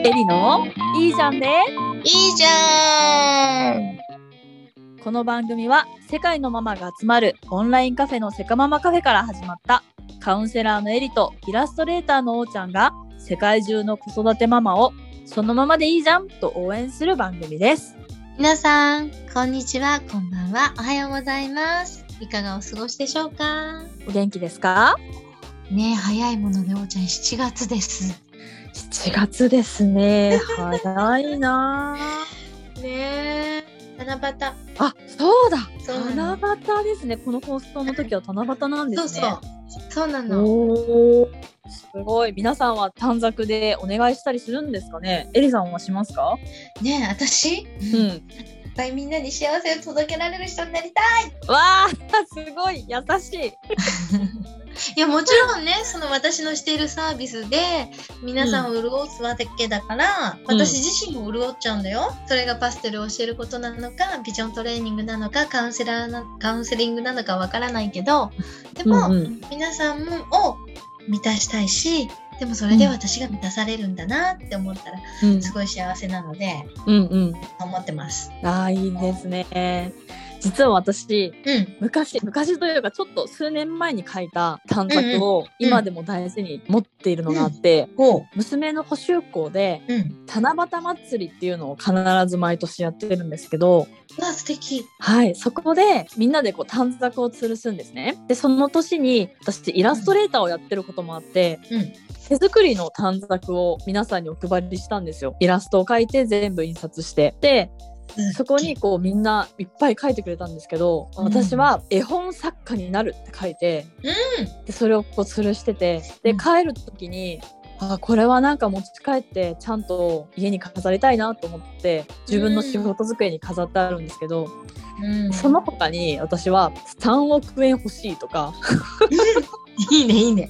エリのいいじゃんでいいじゃん。 この番組は世界のママが集まるオンラインカフェのセカママカフェから始まった、カウンセラーのエリとイラストレーターのおーちゃんが世界中の子育てママをそのままでいいじゃんと応援する番組です。 皆さんこんにちは、こんばんは、おはようございます。いかがお過ごしでしょうか。 お元気ですかねえ、早いものでおーちゃん7月です。 7月ですね。早いなねえ、七夕。 あ、そうだ、 そう七夕ですね。この放送の時は七夕なんですね。 そうなの。 おー、すごい。皆さんは短冊でお願いしたりするんですかね。エリさんはしますか？ ねえ、私、いっぱいみんなに幸せを届けられる人になりたい。 わー、すごい優しい。 いや、もちろんね、その私のしているサービスで皆さんを潤すわけだから、私自身も潤っちゃうんだよ。それがパステルを教えることなのか、ビジョントレーニングなのか、カウンセリングなのかわからないけど、でも、皆さんを満たしたいし、でもそれで私が満たされるんだなって思ったら、すごい幸せなので、思ってます。 あー、いいですね。実は私、昔というかちょっと数年前に書いた短冊を今でも大事に持っているのがあって、娘の補習校で、七夕祭りっていうのを必ず毎年やってるんですけど、 素敵。 はい、そこでみんなでこう短冊を吊るすんですね。でその年に私イラストレーターをやってることもあって、手作りの短冊を皆さんにお配りしたんですよ。イラストを描いて全部印刷して、でそこにこうみんないっぱい書いてくれたんですけど、私は絵本作家になるって書いて、でそれをこう吊るしてて、で帰る時にこれはなんか持ち帰ってちゃんと家に飾りたいなと思って自分の仕事机に飾ってあるんですけど、その他に私は3億円欲しいとかいいねいいね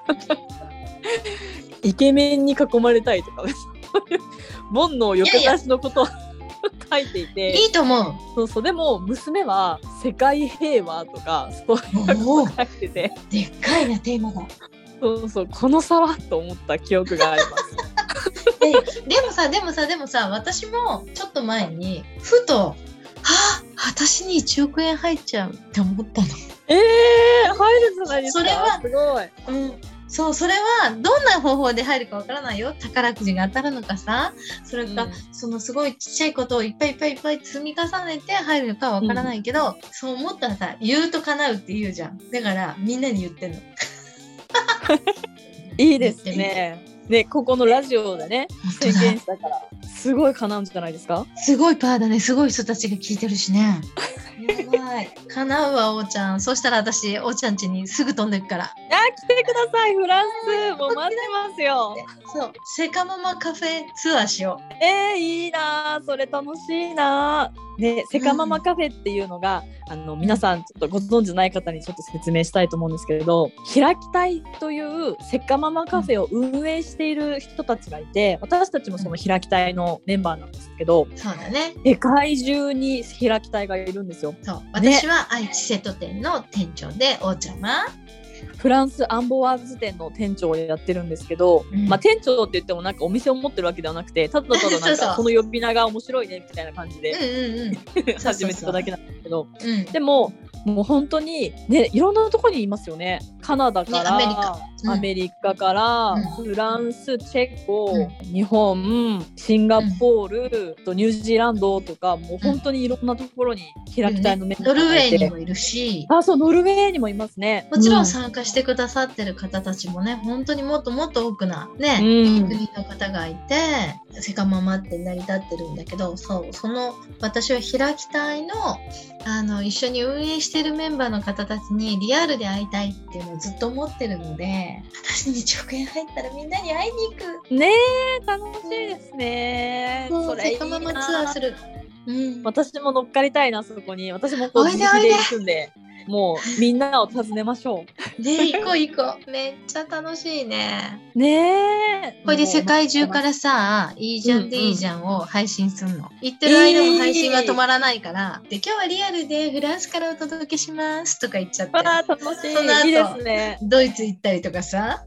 イケメンに囲まれたいとか煩悩よけ出しのことを書いていて、 いいと思う。 そうでも娘は世界平和とかそういうことを書いてて、 でっかいなテーマが。 そうこの差はと思った記憶がありますでもさ私もちょっと前にふと私に1億円入っちゃうって思ったの。 入るじゃないですか。 それはすごい、 それはどんな方法で入るかわからないよ。宝くじが当たるのかさ、それか、そのすごいちっちゃいことをいっぱい積み重ねて入るのかわからないけど、そう思ったらさ、言うと叶うって言うじゃん。だからみんなに言ってんの。 いいですね。ね、ここのラジオでね宣言したからすごい叶うんじゃないですか。 すごいパーだね。すごい人たちが聞いてるしね。やばい。叶うわ、おーちゃん。そしたら私、おーちゃん家にすぐ飛んでくから。 来てください、フランス。もう待ってますよ。 そう、セカママカフェツアーしよう。いいな、それ楽しいな。ね、セカママカフェっていうのが、皆さんちょっとご存知ない方にちょっと説明したいと思うんですけれど、開きたいというセカママカフェを運営している人たちがいて、私たちもその開きたいのメンバーなんですけど、 そうだね。 世界中に開きたいがいるんですよ。 そう、私は愛知瀬戸店の店長で、おーちゃんはフランスアンボワーズ店の店長をやってるんですけど、店長って言ってもなんかお店を持ってるわけではなくて、ただなんかこの呼び名が面白いねみたいな感じで始めてただけなんですけど、でももう本当にね、いろんなとこにいますよね。カナダから、アメリカから、フランス、チェコ、日本、シンガポール、ニュージーランドとか、もう本当にいろんなところに開きたいのメンバーがいて、 ノルウェーにもいるし、 そう、ノルウェーにもいますね。 もちろん参加してくださってる方たちもね、本当にもっともっと多くなね、国の方がいて、セカママって成り立ってるんだけど、その私は開きたいの一緒に運営してるメンバーの方たちにリアルで会いたいっていうのをずっと思ってるので、私に1億円入ったらみんなに会いに行く。 ねえ、楽しいですね。 それいいな。セカママツアーする。 私も乗っかりたいな、そこに。私もこう自費で行くんで。もうみんなを訪ねましょう。 ね、行こう。めっちゃ楽しいね。 ねえ。 これで世界中からさ、いいじゃんでいいじゃんを配信すんの。言ってる間も配信が止まらないから、で、今日はリアルでフランスからお届けしますとか言っちゃって。 楽しい。 その後いいですね。 ドイツ行ったりとかさ。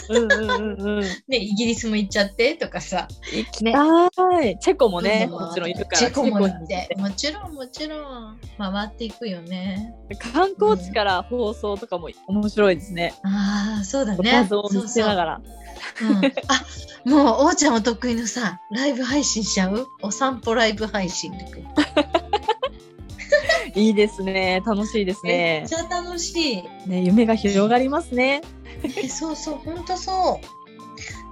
うんうんうんうん。 ね、イギリスも行っちゃってとかさ。 行きたい。チェコもね、 うんもちろんいるから。 チェコも行っチェて、もちろんもちろん回っていくよね。 観光地から放送とかも面白いですね。 ああ、そうだね。 画像を見せながら。 あ、もう、おーちゃんお得意のさ、ライブ配信しちゃう？お散歩ライブ配信。 いいですね。楽しいですめっね。 ちゃ楽しい。 ね、夢が広がりますね。 そうそう、ほんとそう。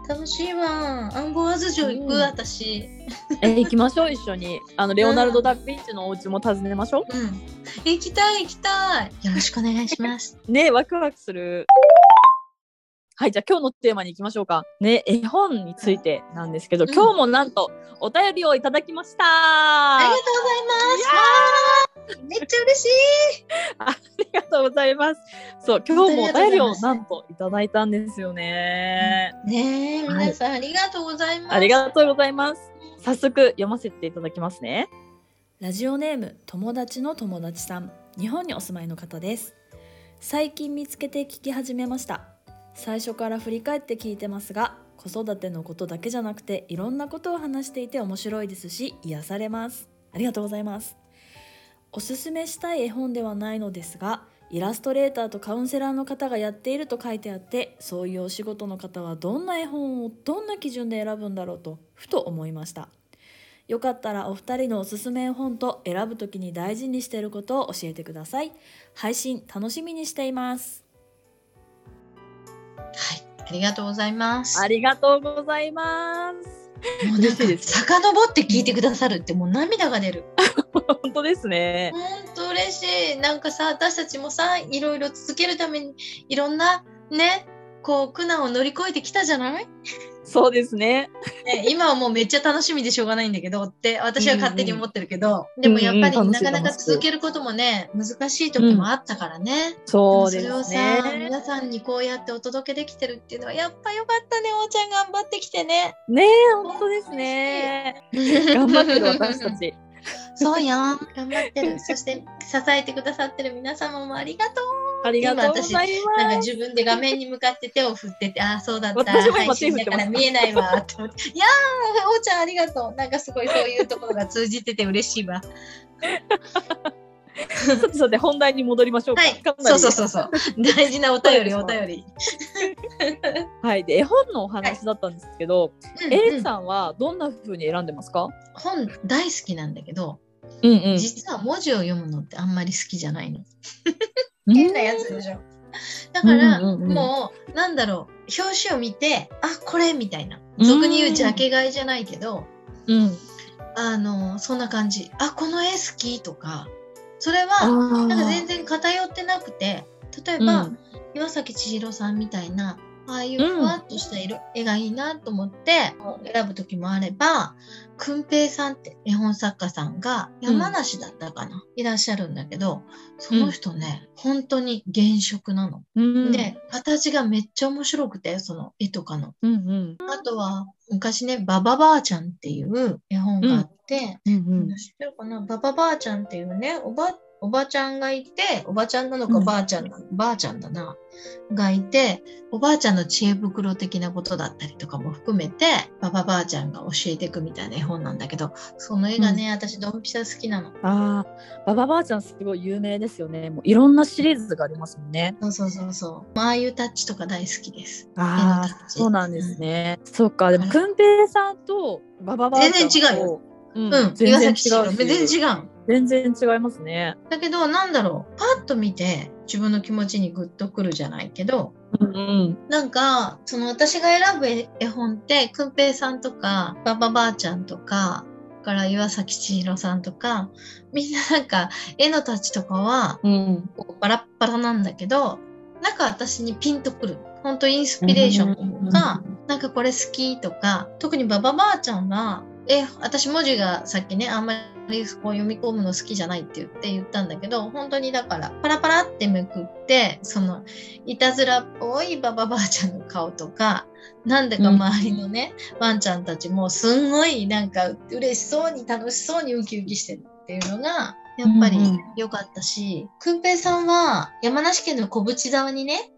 楽しいわ。アンボワーズ城行く、私。 行きましょう、一緒に。レオナルド・ダ・ヴィンチのお家も訪ねましょう。 うん。行きたい、行きたい。よろしくお願いします。 ね、ワクワクする。はい、じゃあ今日のテーマに行きましょうか。ね、絵本についてなんですけど、今日もなんとお便りをいただきました。 ありがとうございます。めっちゃ嬉しい。 ありがとうございます。そう、今日もお便りをなんといただいたんですよね。 ねえ、皆さんありがとうございます。 ありがとうございます。早速読ませていただきますね。 ラジオネーム友達の友達さん、日本にお住まいの方です。最近見つけて聞き始めました。最初から振り返って聞いてますが、子育てのことだけじゃなくていろんなことを話していて面白いですし、癒されます。ありがとうございます。おすすめしたい絵本ではないのですが、イラストレーターとカウンセラーの方がやっていると書いてあって、そういうお仕事の方はどんな絵本をどんな基準で選ぶんだろうとふと思いました。よかったらお二人のおすすめ絵本と選ぶときに大事にしていることを教えてください。配信楽しみにしています。 はい、ありがとうございます。 ありがとうございます。 もうなんか遡って聞いてくださるってもう涙が出る。 本当ですね。 本当嬉しい。なんかさ、私たちもさ、いろいろ続けるためにいろんなね、こう苦難を乗り越えてきたじゃない？ そうですね。 今はもうめっちゃ楽しみでしょうがないんだけどって私は勝手に思ってるけど、でもやっぱりなかなか続けることもね、難しい時もあったからね。 そうですね。 それをさ、皆さんにこうやってお届けできてるっていうのはやっぱよかったね。おーちゃん頑張ってきてね。 ねえ、本当ですね。頑張ってる私たち。 そうよ。頑張ってる。そして支えてくださってる皆様もありがとう。 ありがとうございます。 なんか自分で画面に向かって手を振ってて、ああ、そうだった。配信だから見えないわ。って思って。いやー、おーちゃんありがとう。なんかすごいそういうところが通じてて嬉しいわ。 さて本題に戻りましょうか。 はい。そう。大事なお便り。 はい。で、絵本のお話だったんですけど、エリさんはどんな風に選んでますか？ 本大好きなんだけど、実は文字を読むのってあんまり好きじゃないの。変なやつでしょ。だから、もうなんだろう、表紙を見て、あ、これみたいな、俗に言うジャケ買いじゃないけど、そんな感じ。あ、この絵好きとか、それはなんか全然偏ってなくて、例えば、岩崎千尋さんみたいなああいうふわっとした絵がいいなと思って選ぶ時もあれば、くんぺいさんって絵本作家さんが山梨だったかな、いらっしゃるんだけど、その人ね、本当に原色なの。で、形がめっちゃ面白くて、その絵とかの。あとは、昔ね、ババばあちゃんっていう絵本があって、知ってるかな？ババばあちゃんっていうね、おばちゃんがいて、おばちゃんなのかばあちゃんなの、ばあちゃんだな、がいて、おばあちゃんの知恵袋的なことだったりとかも含めて、ばあちゃんが教えていくみたいな絵本なんだけど、その絵がね、私ドンピシャ好きなの。 ああ、ばあちゃんすごい有名ですよね。もういろんなシリーズがありますもんね。 そう。ああいうタッチとか大好きです。 ああ、そうなんですね。そうか、でもくんぺいさんとばあちゃんと全然違うよ。岩崎千尋全然違う。 全然違いますね。 だけど、なんだろう、パッと見て自分の気持ちにグッとくるじゃないけど、なんかその私が選ぶ絵本ってくんぺいさんとかばあちゃんとかから岩崎千尋さんとか、みんななんか絵のタッチとかは、バラッバラなんだけど、なんか私にピンとくる。本当インスピレーションというか、なんかこれ好きとか、特にばあちゃんは私文字がさっきね、あんまりこう読み込むの好きじゃないって言ったんだけど、本当にだからパラパラってめくって、そのいたずらっぽいばあちゃんの顔とか、なんでか周りのね、ワンちゃんたちもすんごいなんか嬉しそうに楽しそうにウキウキしてるっていうのがやっぱり良かったし、くんぺいさんは山梨県の小淵沢にね、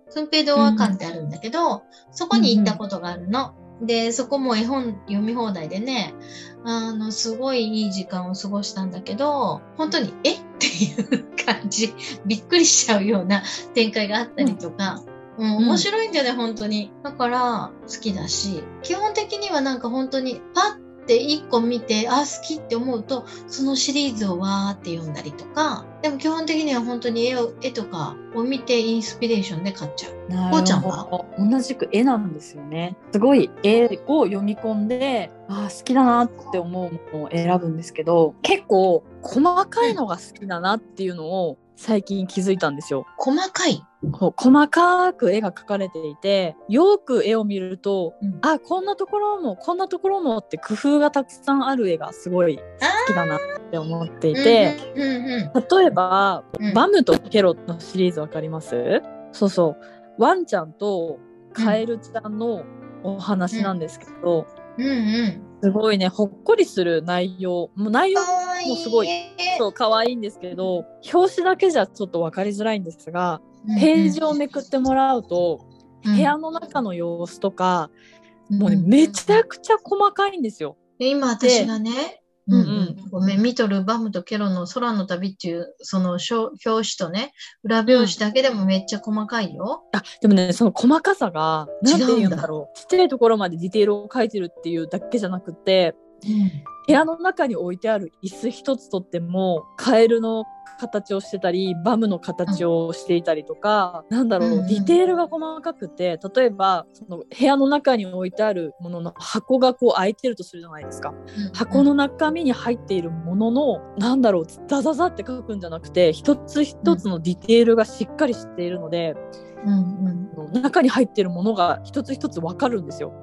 訓平童話館ってあるんだけど、そこに行ったことがあるの。で、そこも絵本読み放題でね、すごいいい時間を過ごしたんだけど、本当に、っていう感じ、びっくりしちゃうような展開があったりとか、面白いんだよね、本当に。だから、好きだし、基本的にはなんか本当に、パッて一個見て、好きって思うと、そのシリーズをわーって読んだりとか、でも基本的には本当に絵とかを見てインスピレーションで買っちゃう。こうちゃんは同じく絵なんですよね。すごい絵を読み込んで、好きだなって思うものを選ぶんですけど、結構細かいのが好きだなっていうのを最近気づいたんですよ。 細かい？ 細かく絵が描かれていて、よく絵を見ると、こんなところもこんなところもって工夫がたくさんある絵がすごい好きだなって思っていて、例えば、バムとケロのシリーズわかります？そうそう、ワンちゃんとカエルちゃんのお話なんですけど、すごいね、ほっこりする内容もすごい可愛いんですけど、表紙だけじゃちょっと分かりづらいんですが、ページをめくってもらうと、部屋の中の様子とか、もうね、めちゃくちゃ細かいんですよ。 今私がね、ごめん、見とるバムとケロの空の旅っていうその表紙とね、裏表紙だけでもめっちゃ細かいよ。 でもね、その細かさがなんて言うんだろう、ちっちゃいところまでディテールを描いてるっていうだけじゃなくて、部屋の中に置いてある椅子一つとってもカエルの形をしてたり、バムの形をしていたりとか、ディテールが細かくて、例えばその部屋の中に置いてあるものの箱がこう開いてるとするじゃないですか。箱の中身に入っているもののザザザって書くんじゃなくて、一つ一つのディテールがしっかりしているので、中に入っているものが一つ一つ分かるんですよ。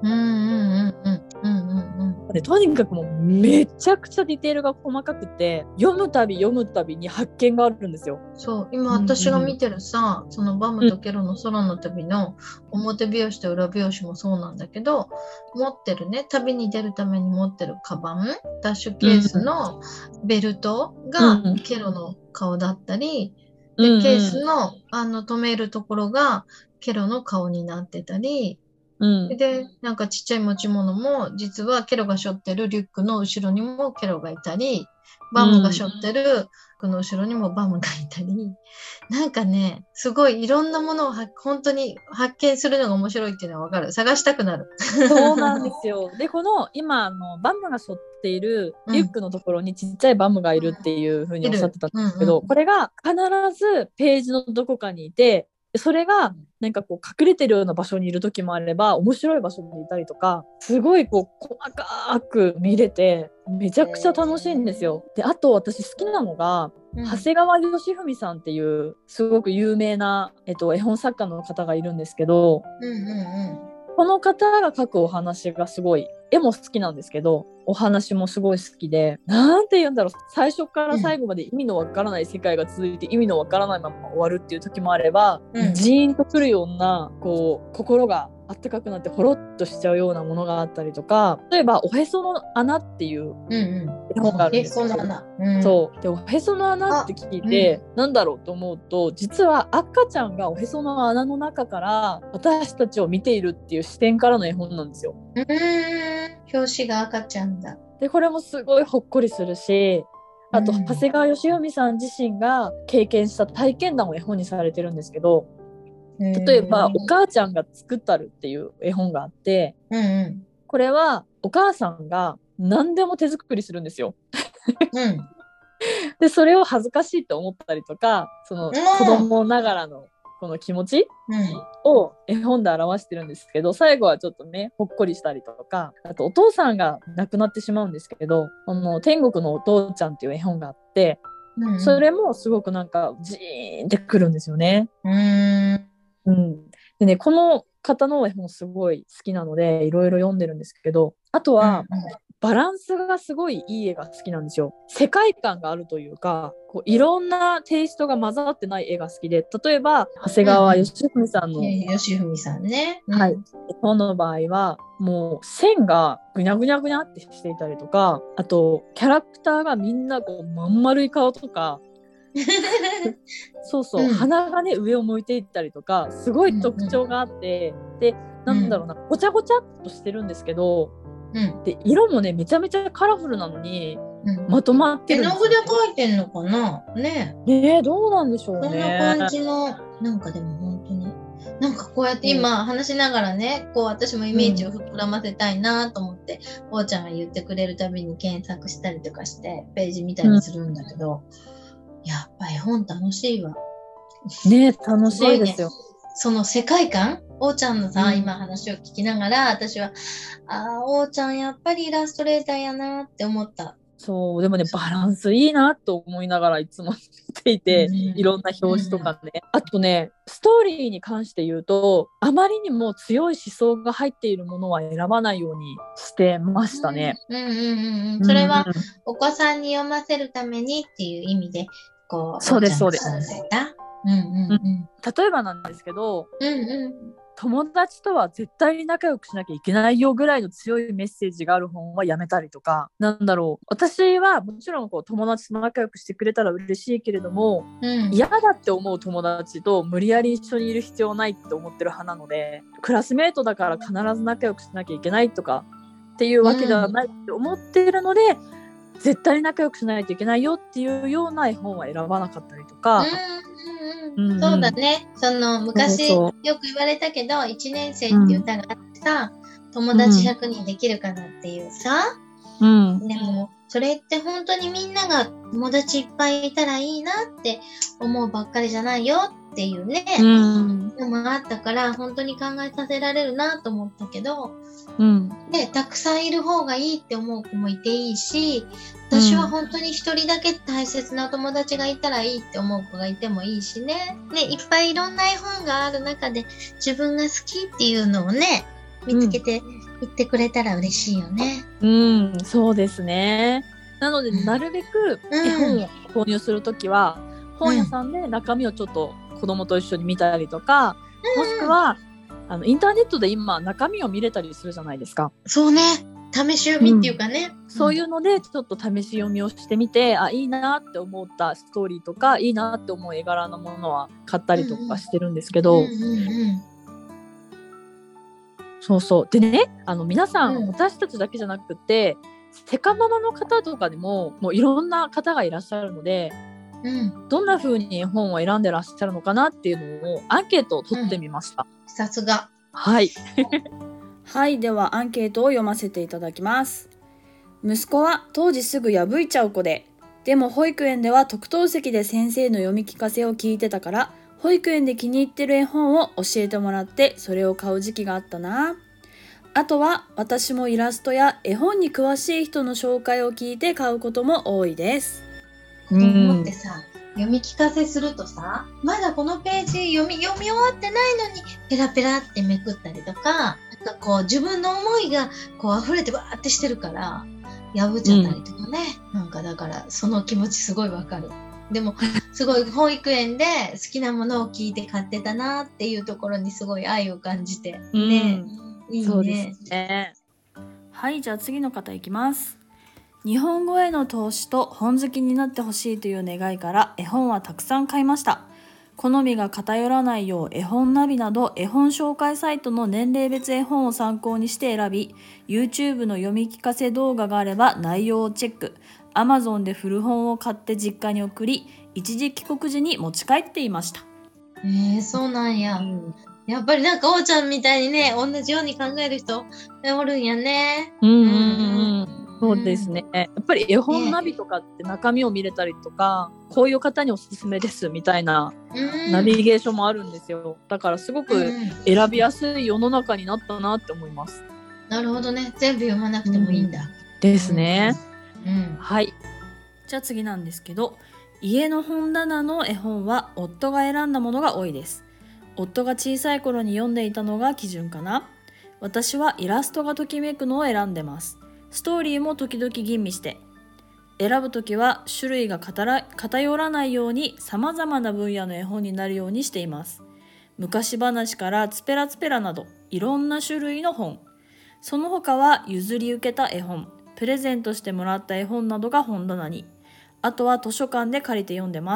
とにかくもうめちゃくちゃディテールが細かくて、読むたびに発見があるんですよ。 そう、今私が見てるさ、そのバムとケロの空の旅の表表紙と裏表紙もそうなんだけど、持ってるね、旅に出るために持ってるカバン、ダッシュケースのベルトがケロの顔だったり、でケースの止めるところがケロの顔になってたり、で、なんかちっちゃい持ち物も、実はケロが背負ってるリュックの後ろにもケロがいたり、バムが背負ってるリュックの後ろにもバムがいたり、なんかね、すごいいろんなものを本当に発見するのが面白いっていうのはわかる。探したくなる。 そうなんですよ。で、この今バムが背負っているリュックのところにちっちゃいバムがいるっていう風におっしゃってたんですけど、これが必ずページのどこかにいて、それがなんかこう隠れてるような場所にいる時もあれば、面白い場所にいたりとか、すごいこう細かく見れてめちゃくちゃ楽しいんですよ。で、あと私好きなのが、長谷川義文さんっていうすごく有名な、絵本作家の方がいるんですけど、この方が書くお話がすごい、絵も好きなんですけど、お話もすごい好きで、なんて言うんだろう、最初から最後まで意味のわからない世界が続いて、意味のわからないまま終わるっていう時もあれば、ジーンとくるようなこう心があったかくなってほろっとしちゃうようなものがあったりとか、例えばおへその穴っていう絵本があるんですよ。そうで、おへその穴って聞いて、なんだろうと思うと、実は赤ちゃんがおへその穴の中から私たちを見ているっていう視点からの絵本なんですよ。 表紙が赤ちゃんだ。 で、これもすごいほっこりするし、あと長谷川義文さん自身が経験した体験談を絵本にされてるんですけど、例えばお母ちゃんが作ったるっていう絵本があって、これはお母さんが何でも手作りするんですよ。で、それを恥ずかしいと思ったりとか、その子供ながらのこの気持ちを絵本で表してるんですけど、最後はちょっとね、ほっこりしたりとか、あとお父さんが亡くなってしまうんですけど、天国のお父ちゃんっていう絵本があって、それもすごくなんかジーンってくるんですよね。でね、この方の絵本すごい好きなのでいろいろ読んでるんですけど、あとは、バランスがすごいいい絵が好きなんですよ。世界観があるというか、こういろんなテイストが混ざってない絵が好きで、例えば長谷川義文さんの、 義文さんね、 はい、絵本の場合はもう線がぐにゃぐにゃぐにゃってしていたりとか、あとキャラクターがみんなこうまん丸い顔とか、 そうそう、鼻がね上を向いていったりとかすごい特徴があって、でなんだろうな、ごちゃごちゃっとしてるんですけど、で色もねめちゃめちゃカラフルなのに、まとまってるんですよ。 絵の具で描いてんのかなね。 どうなんでしょうね。 そんな感じの、なんかでも本当になんかこうやって今話しながらね、こう私もイメージを膨らませたいなと思って、おーちゃんが言ってくれるたびに検索したりとかしてページ見たりするんだけど、やっぱ絵本楽しいわ。 ね、楽しいですよ。 その世界観、おーちゃんのさ、今話を聞きながら、私は、おーちゃんやっぱりイラストレーターやなって思った。 そう、でもね、バランスいいなと思いながらいつも見ていて、いろんな表紙とかね。あとね、ストーリーに関して言うと、あまりにも強い思想が入っているものは選ばないようにしてましたね。 それは、お子さんに読ませるためにっていう意味で、こう、 そうです、そうです。例えばなんですけど、友達とは絶対に仲良くしなきゃいけないよぐらいの強いメッセージがある本はやめたりとか、なんだろう、私はもちろんこう友達と仲良くしてくれたら嬉しいけれども、嫌だって思う友達と無理やり一緒にいる必要ないって思ってる派なので、クラスメートだから必ず仲良くしなきゃいけないとかっていうわけではないって思っているので、絶対に仲良くしないといけないよっていうような絵本は選ばなかったりとか、 そうだね。その昔よく言われたけど、1年生っていう歌があってさ、友達100人できるかなっていうさ、でもそれって本当にみんなが友達いっぱいいたらいいなって思うばっかりじゃないよっていうね、のもあったから本当に考えさせられるなと思ったけど、でたくさんいる方がいいって思う子もいていいし、私は本当に一人だけ大切な友達がいたらいいって思う子がいてもいいしね。いっぱいいろんな絵本がある中で自分が好きっていうのをね、見つけて言ってくれたら嬉しいよね。 そうですね。なので、なるべく絵本を購入するときは、本屋さんで中身をちょっと子供と一緒に見たりとか、もしくはインターネットで今中身を見れたりするじゃないですか。 そうね。試し読みっていうかね、 そういうのでちょっと試し読みをしてみて、いいなって思ったストーリーとかいいなって思う絵柄のものは買ったりとかしてるんですけど、そうそうでね、皆さん、私たちだけじゃなくてセカママの方とかでもいろんな方がいらっしゃるので、どんな風に絵本を選んでらっしゃるのかなっていうのをアンケートを取ってみました。 さすが。 はいはい、ではアンケートを読ませていただきます。息子は当時すぐ破いちゃう子でも保育園では特等席で先生の読み聞かせを聞いてたから、保育園で気に入ってる絵本を教えてもらってそれを買う時期があったな。あとは私もイラストや絵本に詳しい人の紹介を聞いて買うことも多いです。 思ってさ、読み聞かせするとさ、まだこのページ読み終わってないのにペラペラってめくったりとか、なんかこう自分の思いがこう溢れてわーってしてるから破っちゃったりとかね、なんかだからその気持ちすごいわかる。でもすごい保育園で好きなものを聞いて買ってたなっていうところにすごい愛を感じてね、いいね。 そうですね。 はい、じゃあ次の方いきます。日本語への投資と本好きになってほしいという願いから絵本はたくさん買いました。好みが偏らないよう絵本ナビなど絵本紹介サイトの年齢別絵本を参考にして選び、 YouTube の読み聞かせ動画があれば内容をチェック、 Amazon で古本を買って実家に送り、一時帰国時に持ち帰っていました。 そうなんや、やっぱりなんかおーちゃんみたいにね、同じように考える人おるんやね。 そうですね。やっぱり絵本ナビとかって中身を見れたりとか、こういう方におすすめですみたいなナビゲーションもあるんですよ。だからすごく選びやすい世の中になったなって思います。 なるほどね。全部読まなくてもいいんだ。 ですね。はい。 じゃあ次なんですけど、家の本棚の絵本は夫が選んだものが多いです。夫が小さい頃に読んでいたのが基準かな。私はイラストがときめくのを選んでます。ストーリーも時々吟味して。選ぶときは種類が偏らないように様々な分野の絵本になるようにしています。昔話からツペラツペラなどいろんな種類の本。その他は譲り受けた絵本、プレゼントしてもらった絵本などが本棚に。あとは図書館で借りて読んでます。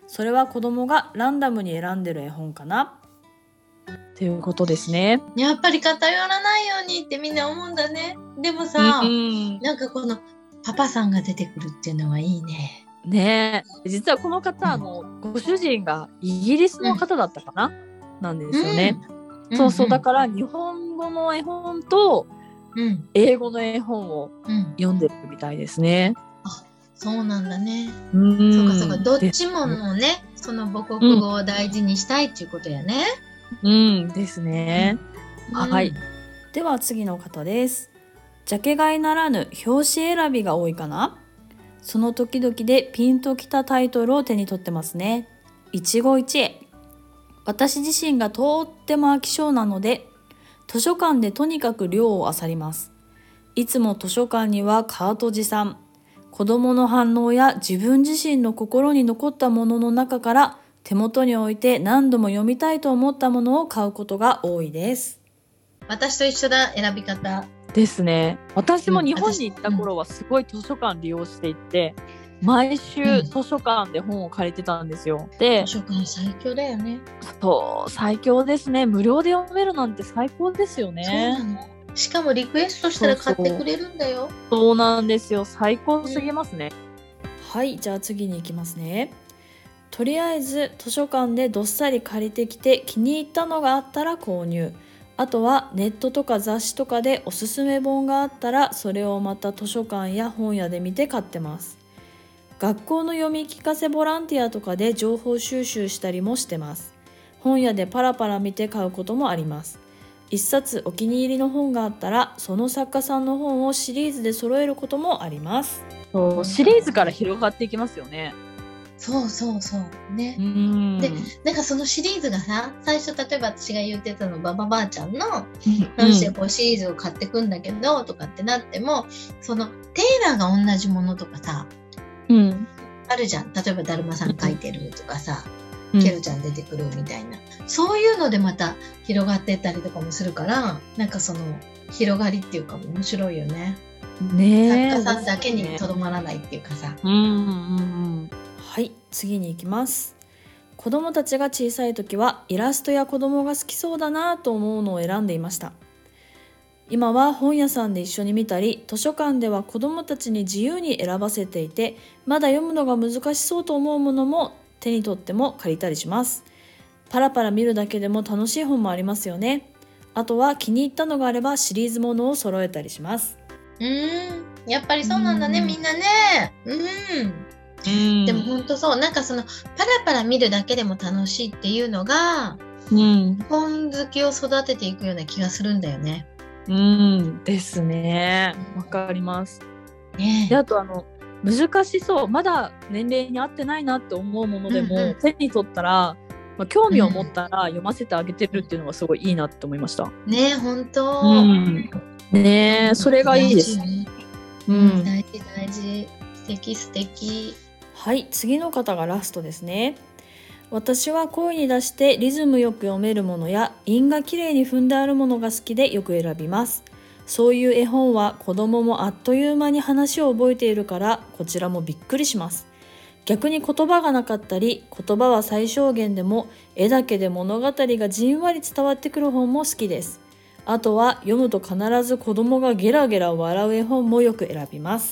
それは子供がランダムに選んでる絵本かなっていうことですね。 やっぱり偏らないようにってみんな思うんだね。でもさ、なんかこのパパさんが出てくるっていうのはいいね。 ねえ、実はこの方、ご主人がイギリスの方だったかな、なんですよね。そうそう、だから日本語の絵本と英語の絵本を読んでるみたいですね。 あ、そうなんだね。そうかそうか、どっちものね、その母国語を大事にしたいっていうことやね。 ですね。はい。 では次の方です。ジャケ買いならぬ表紙選びが多いかな。その時々でピンときたタイトルを手に取ってますね。一期一会。私自身がとっても飽き性なので、図書館でとにかく量を漁ります。いつも図書館にはカート持参。子供の反応や自分自身の心に残ったものの中から手元に置いて何度も読みたいと思ったものを買うことが多いです。 私と一緒だ、選び方。 ですね。私も日本に行った頃はすごい図書館利用していて、毎週図書館で本を借りてたんですよ。で、 図書館最強だよね。 そう、最強ですね。無料で読めるなんて最高ですよね。 そうなの。しかもリクエストしたら買ってくれるんだよ。 そうなんですよ。最高すぎますね。 はい、じゃあ次に行きますね。とりあえず図書館でどっさり借りてきて気に入ったのがあったら購入。あとはネットとか雑誌とかでおすすめ本があったらそれをまた図書館や本屋で見て買ってます。学校の読み聞かせボランティアとかで情報収集したりもしてます。本屋でパラパラ見て買うこともあります。一冊お気に入りの本があったらその作家さんの本をシリーズで揃えることもあります。 そうシリーズから広がっていきますよね。 そうそうそうね。で、なんかそのシリーズがさ、最初例えば私が言ってたのババばあちゃんの何してこうシリーズを買ってくんだけどとかってなっても、そのテーマが同じものとかさ、あるじゃん。例えばだるまさん書いてるとかさ、ケロちゃん出てくるみたいな、そういうのでまた広がってったりとかもするから、なんかその広がりっていうか面白いよね。作家さんだけにとどまらないっていうかさ。 はい、次に行きます。子供たちが小さい時はイラストや子供が好きそうだなと思うのを選んでいました。今は本屋さんで一緒に見たり、図書館では子供たちに自由に選ばせていて、まだ読むのが難しそうと思うものも手に取っても借りたりします。パラパラ見るだけでも楽しい本もありますよね。あとは気に入ったのがあればシリーズものを揃えたりします。 やっぱりそうなんだね、みんなね。でも本当そう、なんかそのパラパラ見るだけでも楽しいっていうのが、本好きを育てていくような気がするんだよね。 ですね。わかります。で、あと難しそう、まだ年齢に合ってないなって思うものでも、手に取ったら、興味を持ったら読ませてあげてるっていうのがすごいいいなって思いました。 ね、本当。 ね、それがいいですね。 大事大事。素敵素敵。 はい、次の方がラストですね。私は声に出してリズムよく読めるものや韻がきれいに踏んであるものが好きでよく選びます。そういう絵本は子供もあっという間に話を覚えているからこちらもびっくりします。逆に言葉がなかったり、言葉は最小限でも絵だけで物語がじんわり伝わってくる本も好きです。あとは読むと必ず子供がゲラゲラ笑う絵本もよく選びます。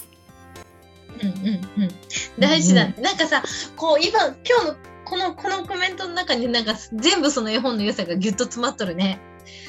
大事だね。なんかさ、こう今日のこのコメントの中になんか全部その絵本の良さがギュッと詰まっとるね。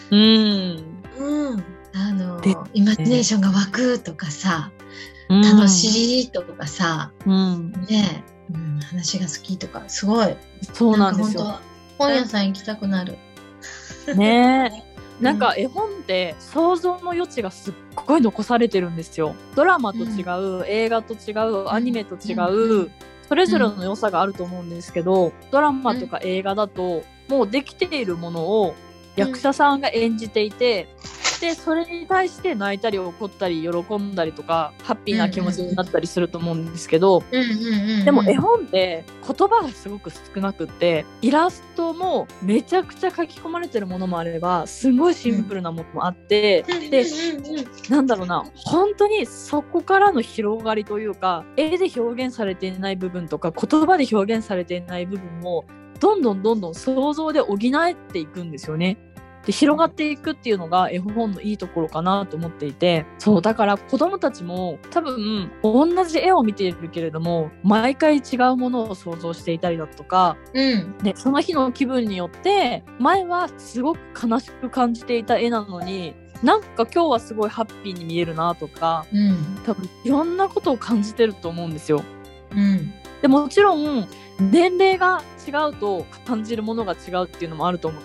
イマジネーションが湧くとかさ、楽しいとかさ、話が好きとか、すごい。 そうなんですよ。 本屋さん行きたくなる。 ねえ。なんか絵本って想像の余地がすっごい残されてるんですよ。ドラマと違う、映画と違う、アニメと違う、それぞれの良さがあると思うんですけど、ドラマとか映画だともうできているものを役者さんが演じていて、 でそれに対して泣いたり怒ったり喜んだりとかハッピーな気持ちになったりすると思うんですけど、でも絵本って言葉がすごく少なくって、イラストもめちゃくちゃ書き込まれてるものもあればすごいシンプルなものもあって、でなんだろうな、本当にそこからの広がりというか、絵で表現されていない部分とか言葉で表現されていない部分もどんどん想像で補えていくんですよね。で広がっていくっていうのが絵本のいいところかなと思っていて、そうだから子供たちも多分同じ絵を見ているけれども毎回違うものを想像していたりだとか、でその日の気分によって前はすごく悲しく感じていた絵なのになんか今日はすごいハッピーに見えるなとか、多分いろんなことを感じてると思うんですよ。でもちろん年齢が違うと感じるものが違うっていうのもあると思って、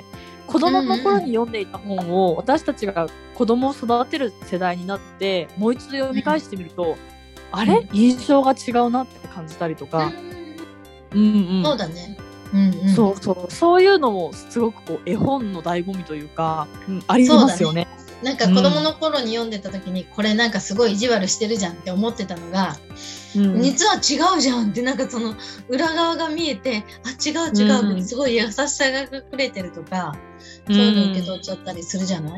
子供の頃に読んでいた本を私たちが子供を育てる世代になってもう一度読み返してみると、あれ印象が違うなって感じたりとか、 そうだね、 そういうのもすごくこう絵本の醍醐味というか、ありますよね。 なんか子供の頃に読んでた時に、これなんかすごい意地悪してるじゃんって思ってたのが、実は違うじゃんって、なんかその裏側が見えて、あ、違う、すごい優しさが隠れてるとか、そういうの受け取っちゃったりするじゃない？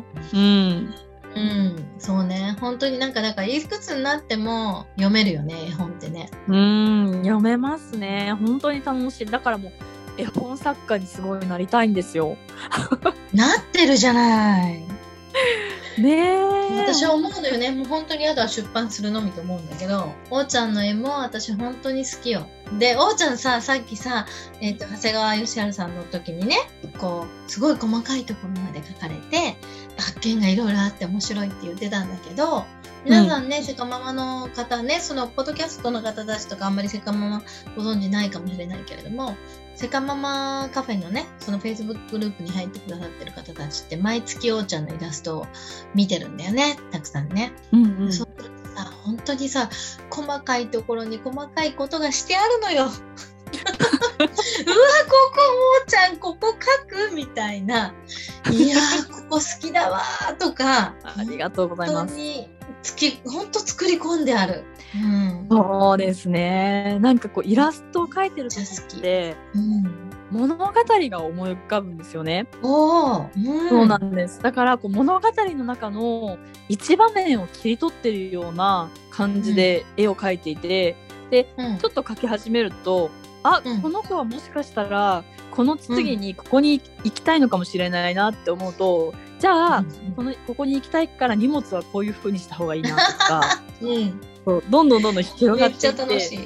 そうね、本当になんかだからいくつになっても読めるよね、絵本ってね。 読めますね。本当に楽しい。だからもう絵本作家にすごいなりたいんですよ。 なってるじゃないねえ、 私は思うのよね。もう本当にあとは出版するのみと思うんだけど、おーちゃんの絵も私本当に好きよ。で、おーちゃんさっきさ、長谷川義治さんの時にね、こうすごい細かいところまで書かれて発見がいろいろあって面白いって言ってたんだけど、皆さんね、セカママの方ね、そのポッドキャストの方たちとかあんまりセカママご存知ないかもしれないけれども、セカママカフェのね、その Facebook グループに入ってくださってる方たちって毎月おーちゃんのイラストを見てるんだよね、たくさんね。そうするとさ、本当にさ、細かいところに細かいことがしてあるのよ。うわ、ここおーちゃんここ書くみたいな。いやー、ここ好きだわーとか。 ありがとうございます。 本当作り込んである。 そうですね。なんかこうイラストを描いてる時って、物語が思い浮かぶんですよね。そうなんです。だからこう物語の中の一場面を切り取ってるような感じで絵を描いていて、で、ちょっと描き始めると、この子はもしかしたらこの次にここに行きたいのかもしれないなって思うと、じゃあ、ここに行きたいから荷物はこういう風にした方がいいなとか、そうどんどん広がっていって、 めっちゃ楽しい。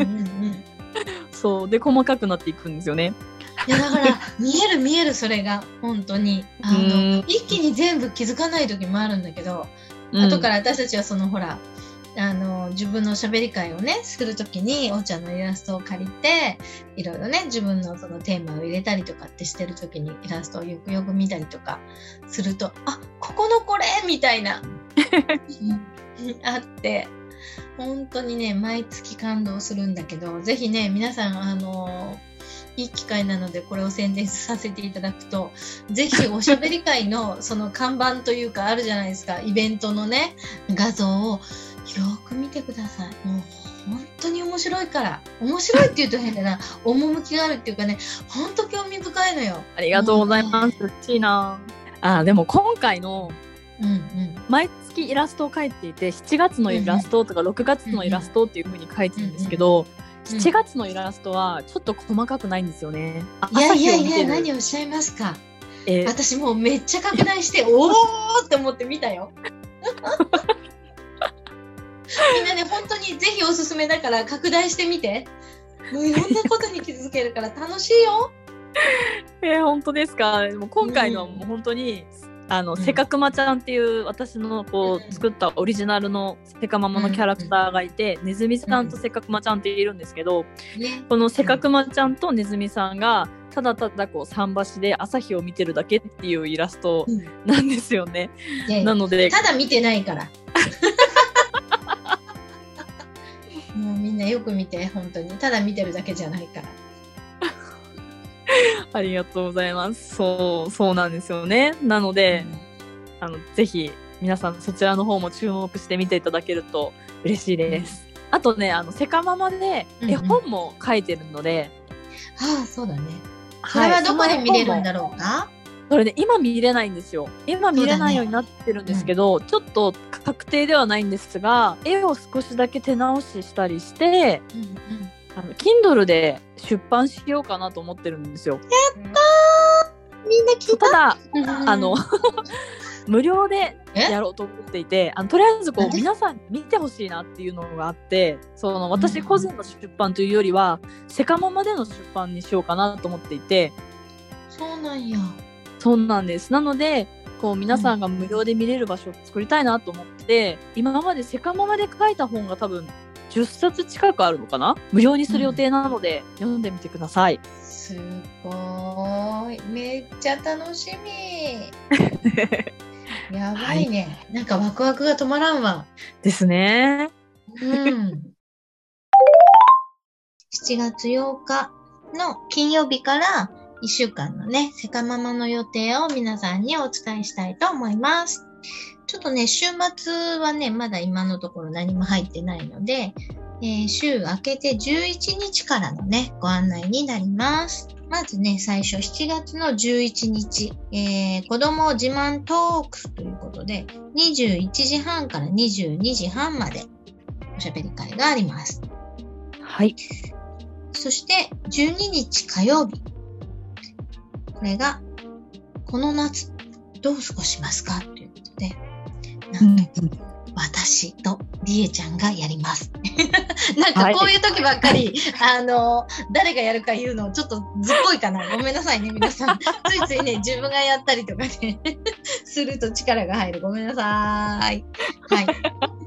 そうで細かくなっていくんですよね。 いやだから見えるそれが本当に一気に全部気づかない時もあるんだけど、後から私たちはそのほら自分の喋り会をねするときにおーちゃんのイラストを借りていろいろね自分のそのテーマを入れたりとかってしてるときにイラストをよくよく見たりとかすると、ここのこれみたいなあって本当にね毎月感動するんだけど、ぜひね皆さんいい機会なのでこれを宣伝させていただくと、ぜひおしゃべり会のその看板というかあるじゃないですか、イベントのね画像をよく見てください。もう本当に面白いから、面白いって言うと変だな、趣があるっていうかね、本当興味深いのよ。 ありがとうございます。嬉しいな。でも今回の毎月イラストを描いていて、7月のイラストとか6月のイラストっていう風に描いてるんですけど、7月のイラストはちょっと細かくないんですよね。 いや何をおっしゃいますか。私もうめっちゃ拡大しておーって思って見たよ。みんなね本当にぜひおすすめだから拡大してみて。もういろんなことに気づけるから楽しいよ。 本当ですか。でも今回のはもう本当にせかくまちゃんっていう私のこう作ったオリジナルのせかママのキャラクターがいて、ねずみさんとせかくまちゃんっているんですけど、このせかくまちゃんとねずみさんがただただこう桟橋で朝日を見てるだけっていうイラストなんですよね。なのでただ見てないからもうみんなよく見て、本当にただ見てるだけじゃないから。 ありがとうございます。そうなんですよね。なので、 ぜひ皆さんそちらの方も注目して見ていただけると嬉しいです。あとね、セカママで絵本も書いてるので、 ああ、そうだね。それはどこで見れるんだろうか？ それね、今見れないんですよ。今見れないようになってるんですけど、ちょっと確定ではないんですが、絵を少しだけ手直ししたりして、Kindle で出版しようかなと思ってるんですよ。 やったー、みんな聞いた。 ただ、無料でやろうと思っていて、とりあえず皆さんに見てほしいなっていうのがあって、私個人の出版というよりは、セカママでの出版にしようかなと思っていて。 そうなんや。 そうなんです。なので、皆さんが無料で見れる場所を作りたいなと思って、今までセカママで書いた本が多分10冊近くあるのかな？無料にする予定なので、読んでみてください。 すごーい。めっちゃ楽しみ。やばいね、はい。なんかワクワクが止まらんわ。 ですね。 7月8日の金曜日から1週間のね、セカママの予定を皆さんにお伝えしたいと思います。ちょっとね、週末はね、まだ今のところ何も入ってないので、週明けて11日からのね、ご案内になります。まずね、最初7月の11日、子供自慢トークということで、21時半から22時半までおしゃべり会があります。 はい。 そして12日火曜日。これが、この夏、どう過ごしますかということで、なんと、私とりえちゃんがやります。なんかこういう時ばっかり、誰がやるか言うのちょっとずっこいかな。ごめんなさいね、皆さん。ついついね、自分がやったりとかね、すると力が入る。ごめんなさい。はい。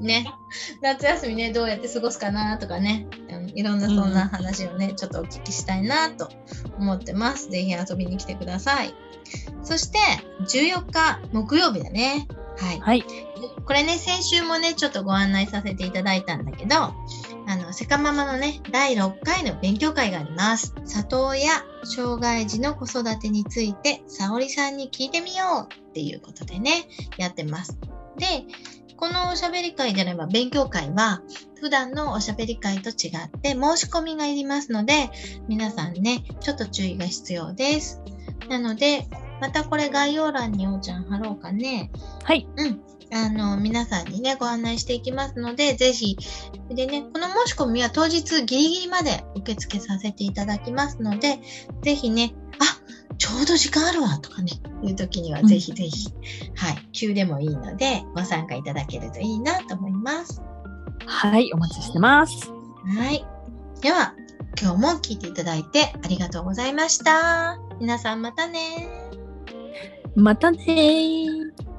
ね。夏休みね、どうやって過ごすかなとかね、いろんなそんな話をね、ちょっとお聞きしたいなと思ってます。ぜひ遊びに来てください。そして、14日木曜日だね。はい。 はい。 これね、先週もね、ちょっとご案内させていただいたんだけど、セカママのね、第6回の勉強会があります。里親、障害児の子育てについて、さおりさんに聞いてみようっていうことでね、やってます。で、このおしゃべり会であれば勉強会は、普段のおしゃべり会と違って申し込みがいりますので、皆さんね、ちょっと注意が必要です。なので、またこれ概要欄におーちゃん貼ろうかね。 はい。 皆さんにね、ご案内していきますので、ぜひ。でね、この申し込みは当日ギリギリまで受付させていただきますので、ぜひね、ちょうど時間あるわとかね、いう時にはぜひぜひ、はい、急でもいいので、ご参加いただけるといいなと思います。 はい、お待ちしてます。 はい。では、今日も聞いていただいてありがとうございました。皆さんまたね。 またねー。